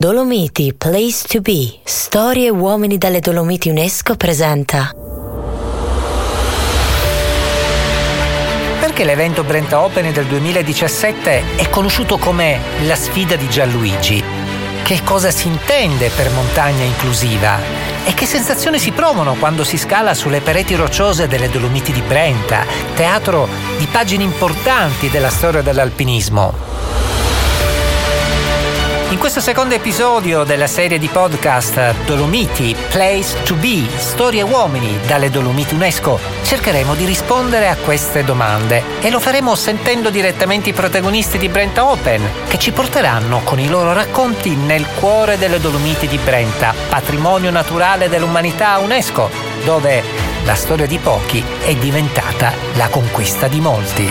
Dolomiti, Place to Be, Storie e uomini dalle Dolomiti UNESCO presenta. Perché l'evento Brenta Open del 2017 è conosciuto come la sfida di Gianluigi? Che cosa si intende per montagna inclusiva? E che sensazioni si provano quando si scala sulle pareti rocciose delle Dolomiti di Brenta, teatro di pagine importanti della storia dell'alpinismo? In questo secondo episodio della serie di podcast Dolomiti, Place to Be, Storie e uomini dalle Dolomiti UNESCO, cercheremo di rispondere a queste domande e lo faremo sentendo direttamente i protagonisti di Brenta Open, che ci porteranno con i loro racconti nel cuore delle Dolomiti di Brenta, patrimonio naturale dell'umanità UNESCO, dove la storia di pochi è diventata la conquista di molti.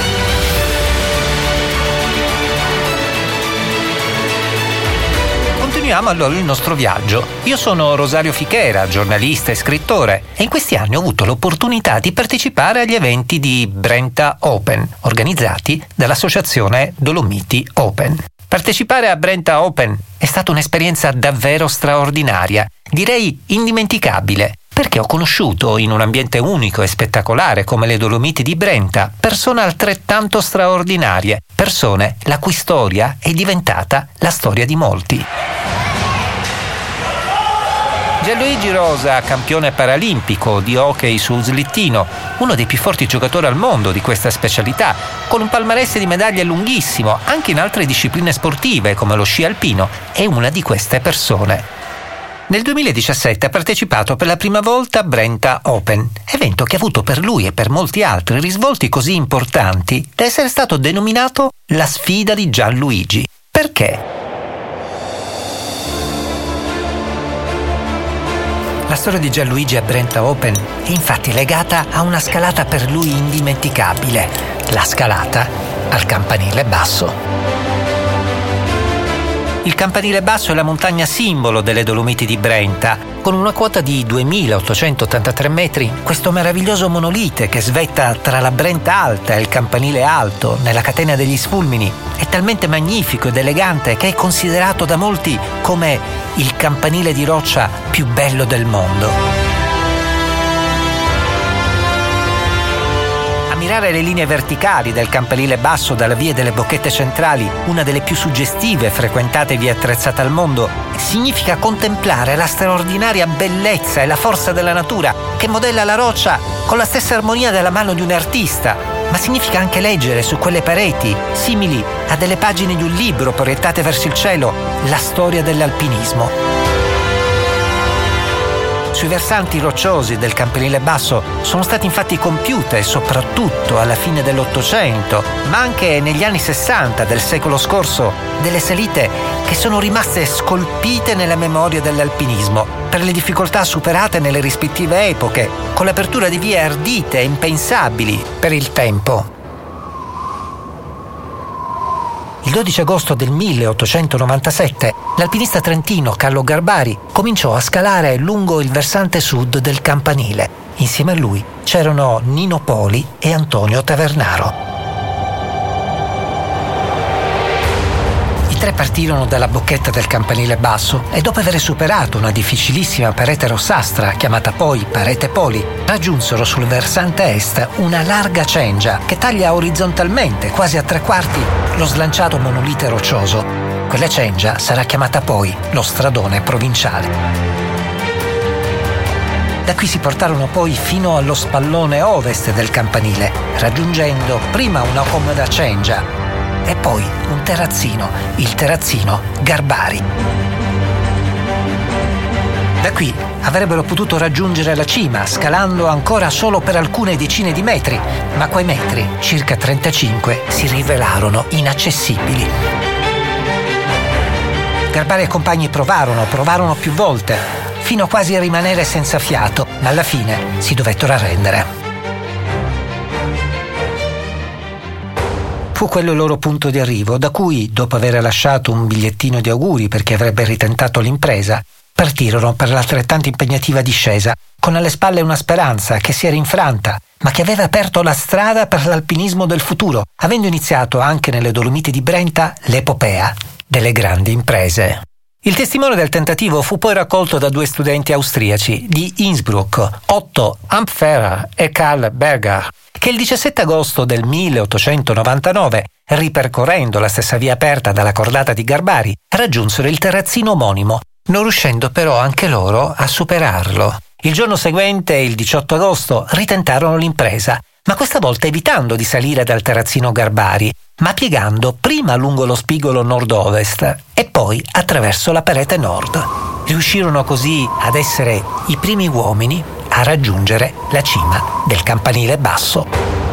Continuiamo allora il nostro viaggio. Io sono Rosario Fichera, giornalista e scrittore, e in questi anni ho avuto l'opportunità di partecipare agli eventi di Brenta Open, organizzati dall'associazione Dolomiti Open. Partecipare a Brenta Open è stata un'esperienza davvero straordinaria, direi indimenticabile, perché ho conosciuto in un ambiente unico e spettacolare come le Dolomiti di Brenta persone altrettanto straordinarie, persone la cui storia è diventata la storia di molti. Gianluigi Rosa, campione paralimpico di hockey su slittino, uno dei più forti giocatori al mondo di questa specialità, con un palmarès di medaglie lunghissimo anche in altre discipline sportive come lo sci alpino, è una di queste persone. Nel 2017 ha partecipato per la prima volta a Brenta Open, evento che ha avuto per lui e per molti altri risvolti così importanti da essere stato denominato la sfida di Gianluigi. Perché? La storia di Gianluigi a Brenta Open è infatti legata a una scalata per lui indimenticabile, la scalata al Campanile Basso. Il Campanile Basso è la montagna simbolo delle Dolomiti di Brenta. Con una quota di 2.883 metri, questo meraviglioso monolite che svetta tra la Brenta Alta e il Campanile Alto, nella catena degli Sfulmini, è talmente magnifico ed elegante che è considerato da molti come il campanile di roccia più bello del mondo. Ammirare le linee verticali del Campanile Basso dalla via delle Bocchette Centrali, una delle più suggestive e frequentate vie attrezzate al mondo, significa contemplare la straordinaria bellezza e la forza della natura che modella la roccia con la stessa armonia della mano di un artista, ma significa anche leggere su quelle pareti, simili a delle pagine di un libro proiettate verso il cielo, la storia dell'alpinismo. Sui versanti rocciosi del Campanile Basso sono state infatti compiute, soprattutto alla fine dell'Ottocento, ma anche negli anni 60 del secolo scorso, delle salite che sono rimaste scolpite nella memoria dell'alpinismo, per le difficoltà superate nelle rispettive epoche, con l'apertura di vie ardite e impensabili per il tempo. Il 12 agosto del 1897 l'alpinista trentino Carlo Garbari cominciò a scalare lungo il versante sud del campanile. Insieme a lui c'erano Nino Poli e Antonio Tavernaro. I tre partirono dalla bocchetta del Campanile Basso e dopo aver superato una difficilissima parete rossastra, chiamata poi Parete Poli, raggiunsero sul versante est una larga cengia che taglia orizzontalmente, quasi a tre quarti, lo slanciato monolite roccioso. Quella cengia sarà chiamata poi lo Stradone Provinciale. Da qui si portarono poi fino allo spallone ovest del campanile, raggiungendo prima una comoda cengia e poi un terrazzino, il terrazzino Garbari. Da qui avrebbero potuto raggiungere la cima, scalando ancora solo per alcune decine di metri, ma quei metri, circa 35, si rivelarono inaccessibili. Garbari e compagni provarono più volte, fino quasi a rimanere senza fiato, ma alla fine si dovettero arrendere. Fu quello il loro punto di arrivo, da cui, dopo aver lasciato un bigliettino di auguri per chi avrebbe ritentato l'impresa, partirono per l'altrettanto impegnativa discesa, con alle spalle una speranza che si era infranta, ma che aveva aperto la strada per l'alpinismo del futuro, avendo iniziato anche nelle Dolomiti di Brenta l'epopea delle grandi imprese. Il testimone del tentativo fu poi raccolto da 2 studenti austriaci di Innsbruck, Otto Ampferer e Karl Berger, che il 17 agosto del 1899, ripercorrendo la stessa via aperta dalla cordata di Garbari, raggiunsero il terrazzino omonimo, non riuscendo però anche loro a superarlo. Il giorno seguente, il 18 agosto, ritentarono l'impresa, ma questa volta evitando di salire dal terrazzino Garbari, ma piegando prima lungo lo spigolo nord-ovest e poi attraverso la parete nord. Riuscirono così ad essere i primi uomini a raggiungere la cima del campanile basso.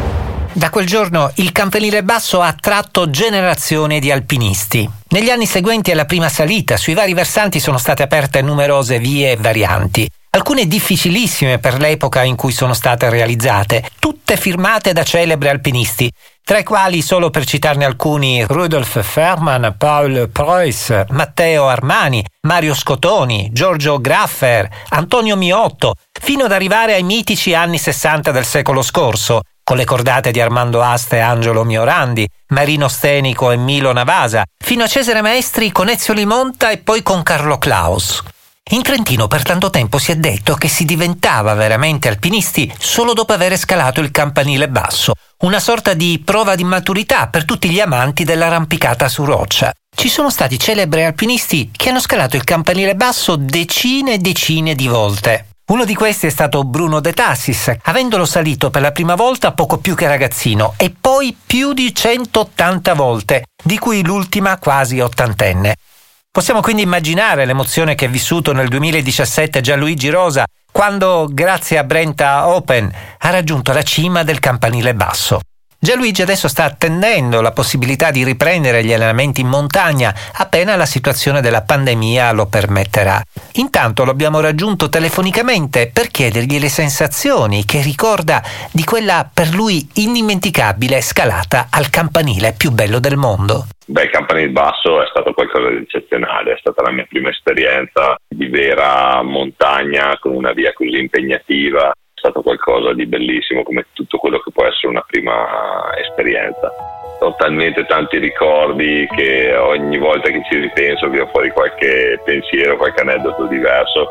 Da quel giorno il campanile basso ha attratto generazioni di alpinisti. Negli anni seguenti alla prima salita, sui vari versanti sono state aperte numerose vie e varianti, alcune difficilissime per l'epoca in cui sono state realizzate, tutte firmate da celebri alpinisti, tra i quali, solo per citarne alcuni, Rudolf Fährmann, Paul Preuss, Matteo Armani, Mario Scotoni, Giorgio Graffer, Antonio Miotto, fino ad arrivare ai mitici anni 60 del secolo scorso, con le cordate di Armando Asta e Angelo Miorandi, Marino Stenico e Milo Navasa, fino a Cesare Maestri con Ezio Limonta e poi con Carlo Klaus. In Trentino per tanto tempo si è detto che si diventava veramente alpinisti solo dopo aver scalato il campanile basso, una sorta di prova di maturità per tutti gli amanti dell'arrampicata su roccia. Ci sono stati celebri alpinisti che hanno scalato il campanile basso decine e decine di volte. Uno di questi è stato Bruno De Tassis, avendolo salito per la prima volta poco più che ragazzino e poi più di 180 volte, di cui l'ultima quasi ottantenne. Possiamo quindi immaginare l'emozione che ha vissuto nel 2017 Gianluigi Rosa quando, grazie a Brenta Open, ha raggiunto la cima del campanile basso. Gianluigi adesso sta attendendo la possibilità di riprendere gli allenamenti in montagna appena la situazione della pandemia lo permetterà. Intanto lo abbiamo raggiunto telefonicamente per chiedergli le sensazioni che ricorda di quella per lui indimenticabile scalata al campanile più bello del mondo. Il campanile basso è stato qualcosa di eccezionale, è stata la mia prima esperienza di vera montagna con una via così impegnativa. È stato qualcosa di bellissimo, come tutto quello che può essere una prima esperienza. Ho talmente tanti ricordi che ogni volta che ci ripenso viene fuori qualche pensiero, qualche aneddoto diverso,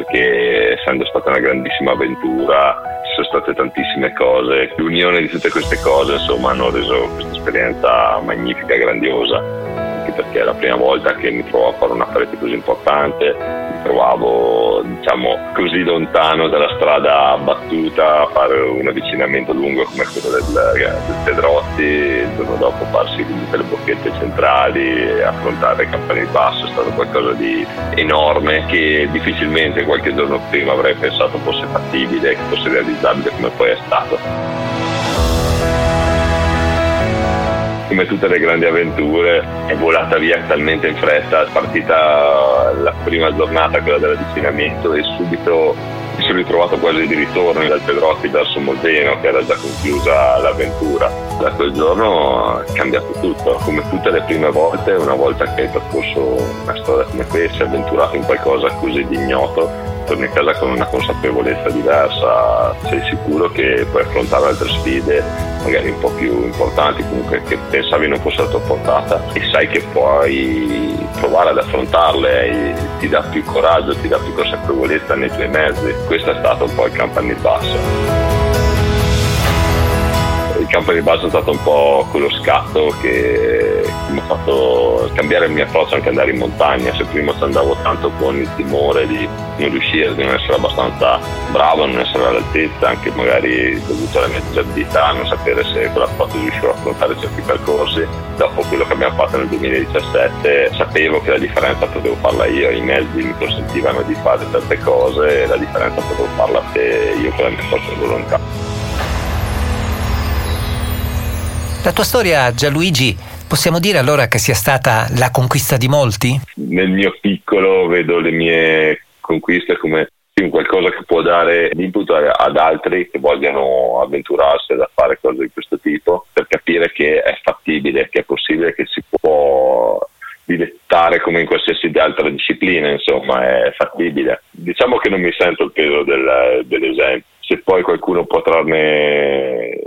perché essendo stata una grandissima avventura ci sono state tantissime cose. L'unione di tutte queste cose insomma hanno reso questa esperienza magnifica e grandiosa, anche perché è la prima volta che mi trovo a fare una parete così importante, mi trovavo così lontano dalla strada battuta a fare un avvicinamento lungo come quello del Pedrotti, il giorno dopo farsi tutte le bocchette centrali e affrontare il campanile basso è stato qualcosa di enorme che difficilmente qualche giorno prima avrei pensato fosse fattibile, che fosse realizzabile come poi è stato. Come tutte le grandi avventure è volata via talmente in fretta, è partita la prima giornata, quella dell'avvicinamento, e subito mi sono ritrovato quasi di ritorno dal Pedrotti verso Molteno, che era già conclusa l'avventura. Da quel giorno è cambiato tutto, come tutte le prime volte, una volta che hai percorso una strada come questa, avventurato in qualcosa così di ignoto, torni a casa con una consapevolezza diversa, sei sicuro che puoi affrontare altre sfide magari un po' più importanti, comunque che pensavi non fosse a tua portata, e sai che puoi provare ad affrontarle e ti dà più coraggio, ti dà più consapevolezza nei tuoi mezzi. Questo è stato un po' il campanile basso. Il campanile basso è stato un po' quello scatto che mi ha fatto cambiare il mio approccio anche andare in montagna. Se prima andavo tanto con il timore di non riuscire, di non essere abbastanza bravo, non essere all'altezza, anche magari dovuto alla mia disabilità, non sapere se con l'approccio riuscivo a affrontare certi percorsi. Dopo quello che abbiamo fatto nel 2017 sapevo che la differenza potevo farla io, i mezzi mi consentivano di fare certe cose e la differenza potevo farla se io con la mia forza di volontà. La tua storia, Gianluigi, possiamo dire allora che sia stata la conquista di molti? Nel mio piccolo vedo le mie conquiste come qualcosa che può dare input ad altri che vogliono avventurarsi a fare cose di questo tipo, per capire che è fattibile, che è possibile, che si può dilettare come in qualsiasi altra disciplina, insomma è fattibile. Diciamo che non mi sento il peso dell'esempio. Se poi qualcuno può trarne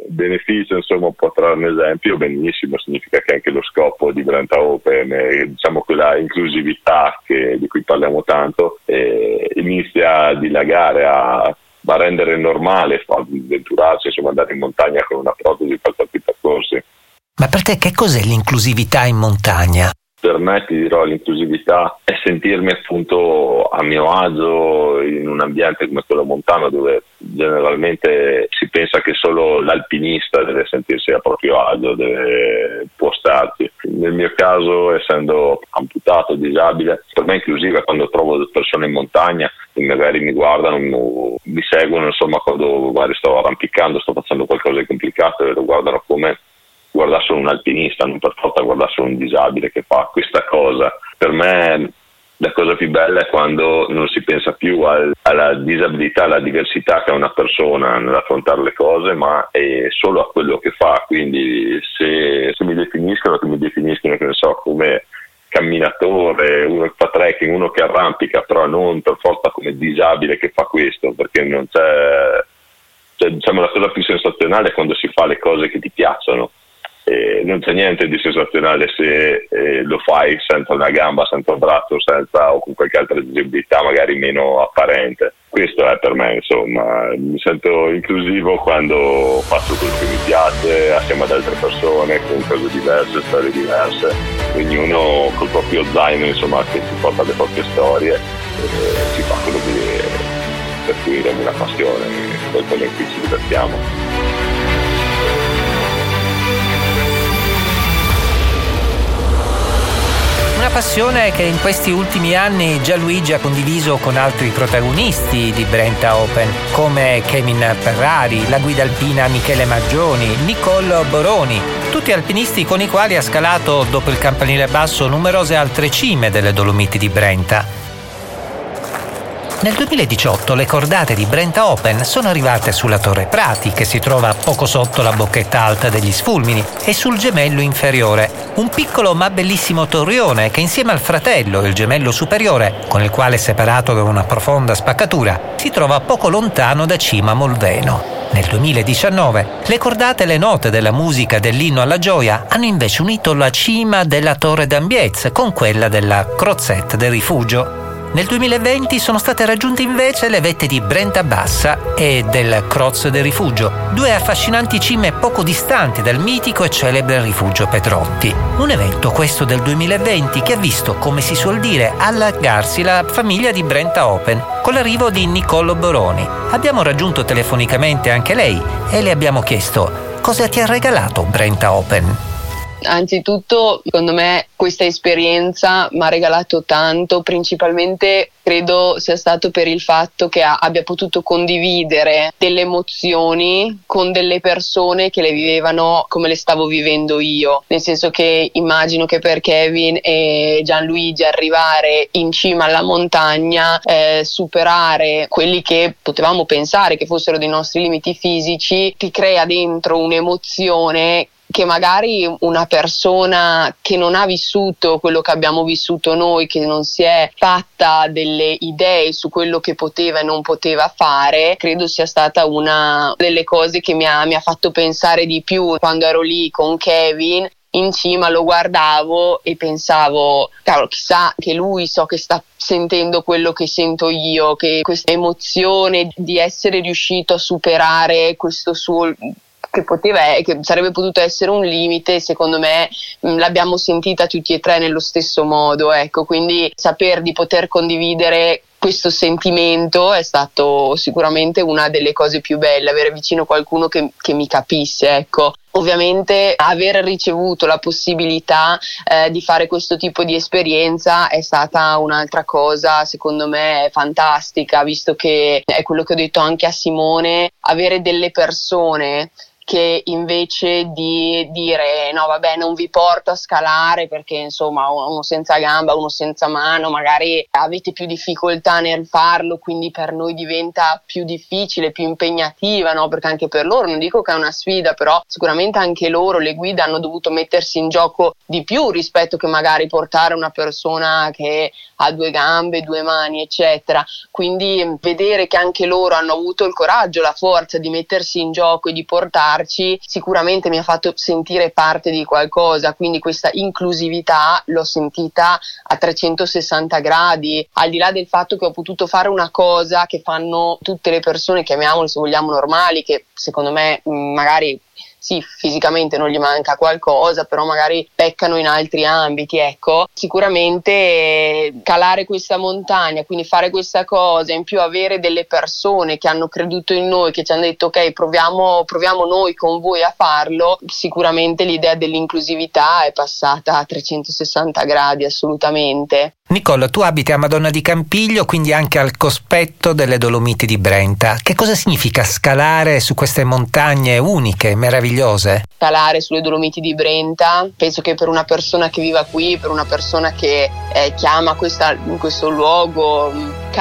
beneficio, insomma, un po' trarne esempio, benissimo, significa che anche lo scopo di Brenta Open, diciamo quella inclusività di cui parliamo tanto, inizia a dilagare, a rendere normale avventurarsi, insomma, andare in montagna con una protesi, fare certi percorsi. Ma per te che cos'è l'inclusività in montagna? Per me, ti dirò, l'inclusività è sentirmi appunto a mio agio in un ambiente come quello montano, dove generalmente si pensa che solo l'alpinista deve sentirsi a proprio agio, può starci. Nel mio caso, essendo amputato, disabile, per me è inclusiva quando trovo persone in montagna che magari mi guardano, mi seguono, insomma, quando magari sto arrampicando, sto facendo qualcosa di complicato e lo guardano come guardassero un alpinista, non per forza guardassero un disabile che fa questa cosa. Per me la cosa più bella è quando non si pensa più alla disabilità, alla diversità che ha una persona nell'affrontare le cose, ma è solo a quello che fa. Quindi se mi definiscono, che ne so, come camminatore, uno che fa trekking, uno che arrampica, però non per forza come disabile che fa questo, perché non c'è, diciamo, la cosa più sensazionale è quando si fa le cose che ti piacciono. Non c'è niente di sensazionale se lo fai senza una gamba, senza un braccio, o con qualche altra disabilità magari meno apparente. Questo è per me, insomma, mi sento inclusivo quando faccio quello che mi piace assieme ad altre persone con cose diverse, storie diverse, ognuno col proprio zaino, insomma, che si porta le proprie storie, si fa quello per cui è una passione, quello in cui ci divertiamo. Una passione che in questi ultimi anni Gianluigi ha condiviso con altri protagonisti di Brenta Open, come Kevin Ferrari, la guida alpina Michele Maggioni, Niccolò Boroni, tutti alpinisti con i quali ha scalato dopo il campanile basso numerose altre cime delle Dolomiti di Brenta. Nel 2018 le cordate di Brenta Open sono arrivate sulla Torre Prati, che si trova poco sotto la bocchetta alta degli Sfulmini, e sul gemello inferiore, un piccolo ma bellissimo torrione che insieme al fratello, il gemello superiore, con il quale è separato da una profonda spaccatura, si trova poco lontano da Cima Molveno. Nel 2019 le cordate e le note della musica dell'inno alla gioia hanno invece unito la cima della Torre d'Ambiez con quella della Crozette del Rifugio. Nel 2020 sono state raggiunte invece le vette di Brenta Bassa e del Croz del Rifugio, due affascinanti cime poco distanti dal mitico e celebre rifugio Pedrotti. Un evento, questo del 2020, che ha visto, come si suol dire, allargarsi la famiglia di Brenta Open con l'arrivo di Niccolò Boroni. Abbiamo raggiunto telefonicamente anche lei e le abbiamo chiesto cosa ti ha regalato Brenta Open. Anzitutto, secondo me, questa esperienza mi ha regalato tanto, principalmente credo sia stato per il fatto che abbia potuto condividere delle emozioni con delle persone che le vivevano come le stavo vivendo io, nel senso che immagino che per Kevin e Gianluigi arrivare in cima alla montagna, superare quelli che potevamo pensare che fossero dei nostri limiti fisici, ti crea dentro un'emozione che magari una persona che non ha vissuto quello che abbiamo vissuto noi, che non si è fatta delle idee su quello che poteva e non poteva fare, credo sia stata una delle cose che mi ha fatto pensare di più. Quando ero lì con Kevin in cima lo guardavo e pensavo, cavolo, chissà che lui so che sta sentendo quello che sento io, che questa emozione di essere riuscito a superare questo suo che sarebbe potuto essere un limite, secondo me l'abbiamo sentita tutti e tre nello stesso modo, ecco, quindi saper di poter condividere questo sentimento è stato sicuramente una delle cose più belle, avere vicino qualcuno che mi capisse, ecco. Ovviamente aver ricevuto la possibilità di fare questo tipo di esperienza è stata un'altra cosa, secondo me, fantastica, visto che è quello che ho detto anche a Simone, avere delle persone che invece di dire no vabbè non vi porto a scalare perché insomma uno senza gamba, uno senza mano, magari avete più difficoltà nel farlo, quindi per noi diventa più difficile, più impegnativa, no? Perché anche per loro, non dico che è una sfida, però sicuramente anche loro, le guide, hanno dovuto mettersi in gioco di più rispetto che magari portare una persona che ha 2 gambe, 2 mani, eccetera. Quindi vedere che anche loro hanno avuto il coraggio, la forza di mettersi in gioco e di portare andarci sicuramente mi ha fatto sentire parte di qualcosa, quindi questa inclusività l'ho sentita a 360 gradi, al di là del fatto che ho potuto fare una cosa che fanno tutte le persone, chiamiamole se vogliamo normali, che secondo me magari sì, fisicamente non gli manca qualcosa, però magari peccano in altri ambiti, ecco. Sicuramente calare questa montagna, quindi fare questa cosa, in più avere delle persone che hanno creduto in noi, che ci hanno detto ok, proviamo noi con voi a farlo, sicuramente l'idea dell'inclusività è passata a 360 gradi, assolutamente. Nicole, tu abiti a Madonna di Campiglio, quindi anche al cospetto delle Dolomiti di Brenta. Che cosa significa scalare su queste montagne uniche, meravigliose? Scalare sulle Dolomiti di Brenta, penso che per una persona che viva qui, per una persona che chiama questo luogo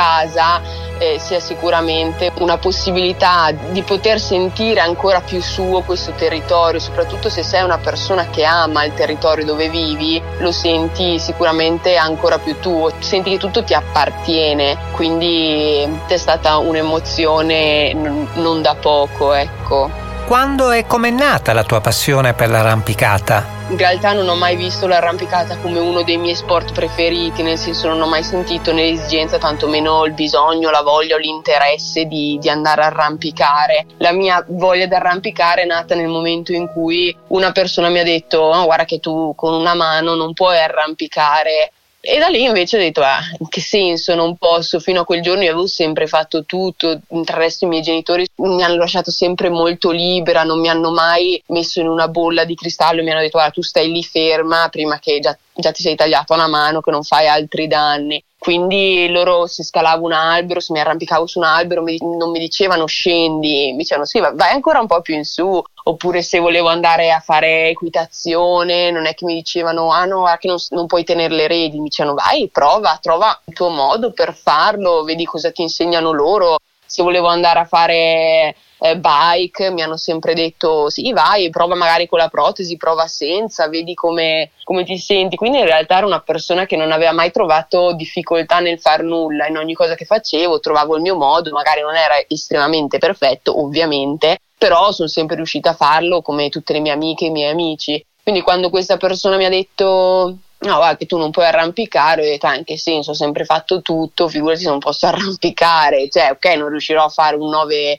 casa, sia sicuramente una possibilità di poter sentire ancora più suo questo territorio, soprattutto se sei una persona che ama il territorio dove vivi, lo senti sicuramente ancora più tuo, senti che tutto ti appartiene, quindi è stata un'emozione non da poco, ecco. Quando e com'è nata la tua passione per l'arrampicata? In realtà non ho mai visto l'arrampicata come uno dei miei sport preferiti, nel senso non ho mai sentito né l'esigenza, tantomeno il bisogno, la voglia o l'interesse di andare a arrampicare. La mia voglia di arrampicare è nata nel momento in cui una persona mi ha detto oh, guarda che tu con una mano non puoi arrampicare. E da lì invece ho detto in che senso non posso? Fino a quel giorno io avevo sempre fatto tutto, del resto i miei genitori mi hanno lasciato sempre molto libera, non mi hanno mai messo in una bolla di cristallo e mi hanno detto guarda tu stai lì ferma prima che già ti sei tagliato una mano, che non fai altri danni. Quindi loro, se scalavo un albero, se mi arrampicavo su un albero, non mi dicevano scendi, mi dicevano sì, vai ancora un po' più in su. Oppure se volevo andare a fare equitazione, non è che mi dicevano no, che non puoi tenere le redini, mi dicevano vai, trova il tuo modo per farlo, vedi cosa ti insegnano loro. Se volevo andare a fare bike, mi hanno sempre detto sì, vai, prova magari con la protesi, prova senza, vedi come ti senti. Quindi in realtà ero una persona che non aveva mai trovato difficoltà nel far nulla, in ogni cosa che facevo trovavo il mio modo, magari non era estremamente perfetto ovviamente, però sono sempre riuscita a farlo come tutte le mie amiche e i miei amici. Quindi quando questa persona mi ha detto no, guarda che tu non puoi arrampicare, ho detto in che senso, ho sempre fatto tutto, figurati se non posso arrampicare, cioè ok non riuscirò a fare un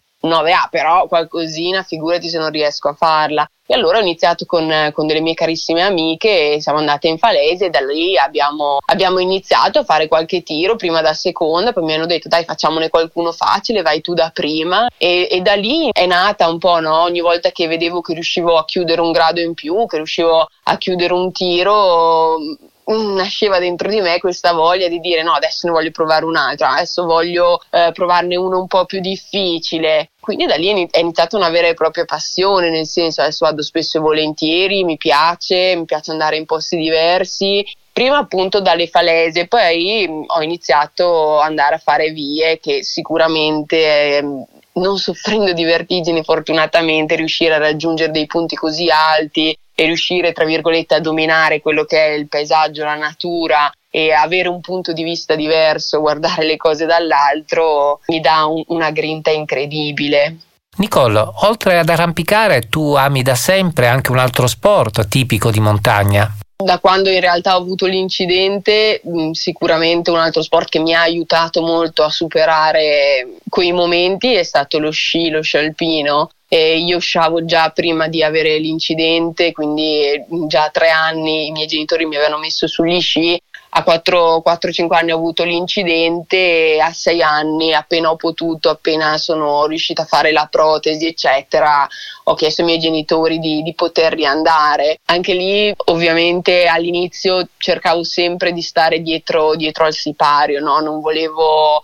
9A, però qualcosina, figurati se non riesco a farla. E allora ho iniziato con delle mie carissime amiche, siamo andate in Falese e da lì abbiamo iniziato a fare qualche tiro, prima da seconda, poi mi hanno detto dai facciamone qualcuno facile, vai tu da prima e da lì è nata un po', no? Ogni volta che vedevo che riuscivo a chiudere un grado in più, che riuscivo a chiudere un tiro, nasceva dentro di me questa voglia di dire no, adesso ne voglio provare un altro, adesso voglio provarne uno un po' più difficile. Quindi da lì è iniziata una vera e propria passione, nel senso adesso vado spesso e volentieri, mi piace andare in posti diversi, prima appunto dalle falese, poi ho iniziato ad andare a fare vie che sicuramente non soffrendo di vertigini fortunatamente, riuscire a raggiungere dei punti così alti e riuscire tra virgolette a dominare quello che è il paesaggio, la natura e avere un punto di vista diverso, guardare le cose dall'altro, mi dà una grinta incredibile. Nicole, oltre ad arrampicare, tu ami da sempre anche un altro sport tipico di montagna. Da quando in realtà ho avuto l'incidente, sicuramente un altro sport che mi ha aiutato molto a superare quei momenti è stato lo sci alpino. E io sciavo già prima di avere l'incidente, quindi già a 3 anni i miei genitori mi avevano messo sugli sci. A 4-5 anni ho avuto l'incidente e a 6 anni, appena ho potuto, appena sono riuscita a fare la protesi eccetera, ho chiesto ai miei genitori di poter riandare. Anche lì ovviamente all'inizio cercavo sempre di stare dietro al sipario, no? Non volevo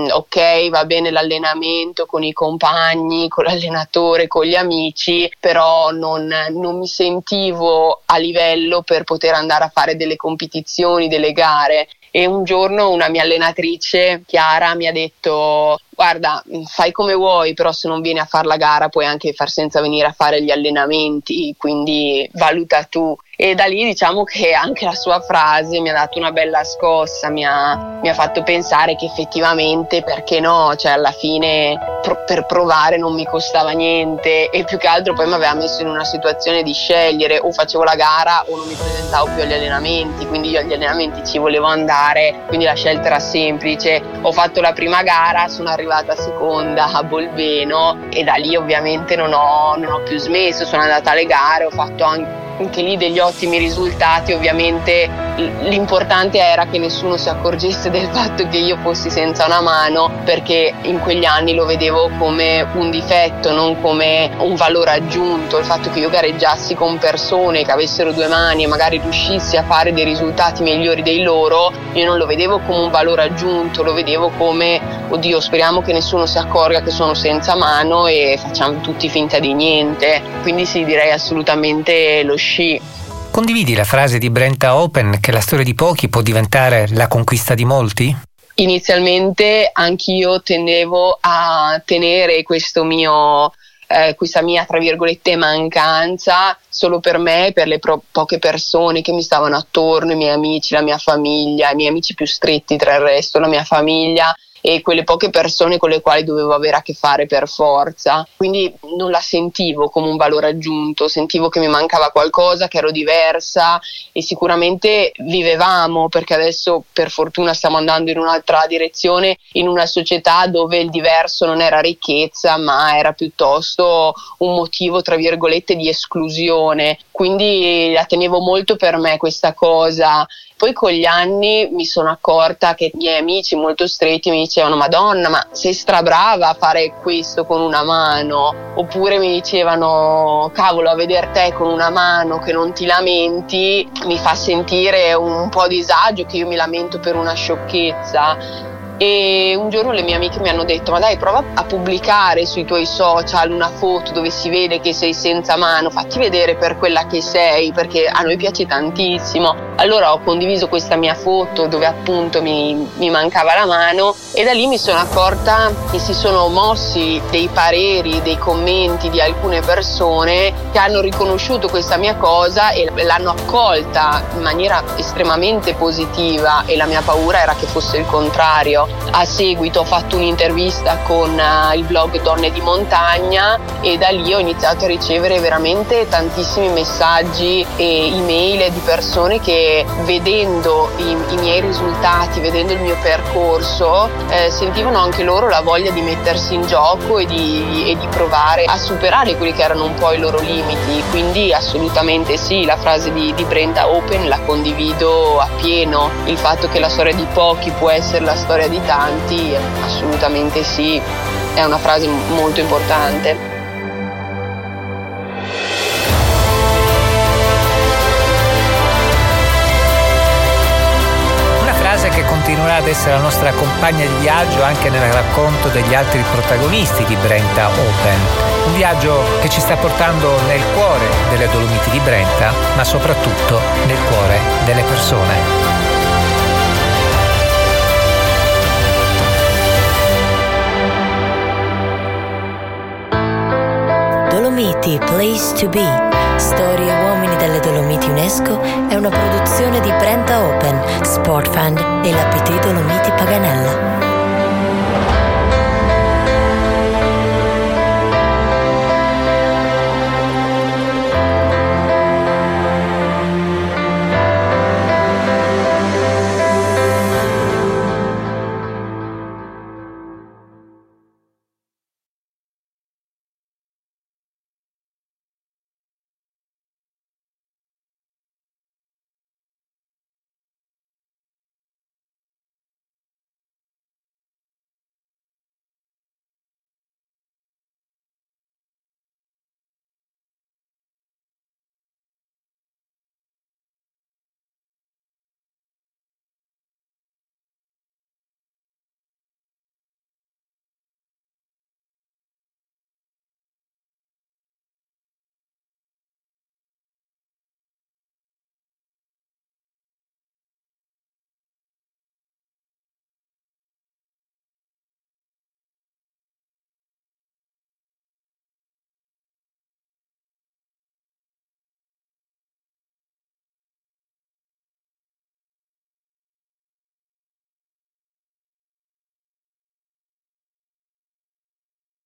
ok, va bene l'allenamento con i compagni, con l'allenatore, con gli amici, però non mi sentivo a livello per poter andare a fare delle competizioni, delle gare. E un giorno una mia allenatrice, Chiara, mi ha detto guarda, fai come vuoi, però se non vieni a fare la gara puoi anche far senza venire a fare gli allenamenti, quindi valuta tu. E da lì diciamo che anche la sua frase mi ha dato una bella scossa, mi ha fatto pensare che effettivamente, perché no, cioè alla fine per provare non mi costava niente, e più che altro poi mi aveva messo in una situazione di scegliere: o facevo la gara o non mi presentavo più agli allenamenti, quindi io agli allenamenti ci volevo andare, quindi la scelta era semplice. Ho fatto la prima gara, sono arrivata seconda a Bolbeno e da lì ovviamente non ho più smesso, sono andata alle gare, ho fatto anche lì degli ottimi risultati. Ovviamente l'importante era che nessuno si accorgesse del fatto che io fossi senza una mano, perché in quegli anni lo vedevo come un difetto, non come un valore aggiunto. Il fatto che io gareggiassi con persone che avessero 2 mani e magari riuscissi a fare dei risultati migliori dei loro, io non lo vedevo come un valore aggiunto, lo vedevo come: oddio, speriamo che nessuno si accorga che sono senza mano e facciamo tutti finta di niente. Quindi sì, direi assolutamente lo sci. Condividi la frase di Brenta Open che la storia di pochi può diventare la conquista di molti? Inizialmente anch'io tendevo a tenere questa mia tra virgolette mancanza solo per me e per le poche persone che mi stavano attorno, i miei amici, la mia famiglia, i miei amici più stretti, tra il resto la mia famiglia e quelle poche persone con le quali dovevo avere a che fare per forza. Quindi non la sentivo come un valore aggiunto, sentivo che mi mancava qualcosa, che ero diversa, e sicuramente vivevamo, perché adesso per fortuna stiamo andando in un'altra direzione, in una società dove il diverso non era ricchezza ma era piuttosto un motivo tra virgolette di esclusione. Quindi la tenevo molto per me questa cosa. Poi con gli anni mi sono accorta che i miei amici molto stretti mi dicevano: Madonna, ma sei strabrava a fare questo con una mano. Oppure mi dicevano: cavolo, a veder te con una mano che non ti lamenti mi fa sentire un po' disagio, che io mi lamento per una sciocchezza. E un giorno le mie amiche mi hanno detto: ma dai, prova a pubblicare sui tuoi social una foto dove si vede che sei senza mano, fatti vedere per quella che sei, perché a noi piace tantissimo. Allora ho condiviso questa mia foto dove appunto mi mancava la mano, e da lì mi sono accorta che si sono mossi dei pareri, dei commenti di alcune persone che hanno riconosciuto questa mia cosa e l'hanno accolta in maniera estremamente positiva, e la mia paura era che fosse il contrario. A seguito ho fatto un'intervista con il blog Donne di Montagna, e da lì ho iniziato a ricevere veramente tantissimi messaggi e email di persone che, vedendo i miei risultati, vedendo il mio percorso, sentivano anche loro la voglia di mettersi in gioco e di provare a superare quelli che erano un po' i loro limiti. Quindi assolutamente sì, la frase di Brenta Open la condivido appieno. Il fatto che la storia di pochi può essere la storia di tanti, assolutamente sì, è una frase molto importante. Una frase che continuerà ad essere la nostra compagna di viaggio anche nel racconto degli altri protagonisti di Brenta Open. Un viaggio che ci sta portando nel cuore delle Dolomiti di Brenta, ma soprattutto nel cuore delle persone. Dolomiti, Place to Be, Storie Uomini delle Dolomiti UNESCO è una produzione di Brenta Open, Sport Fund e l'APT Dolomiti Paganella.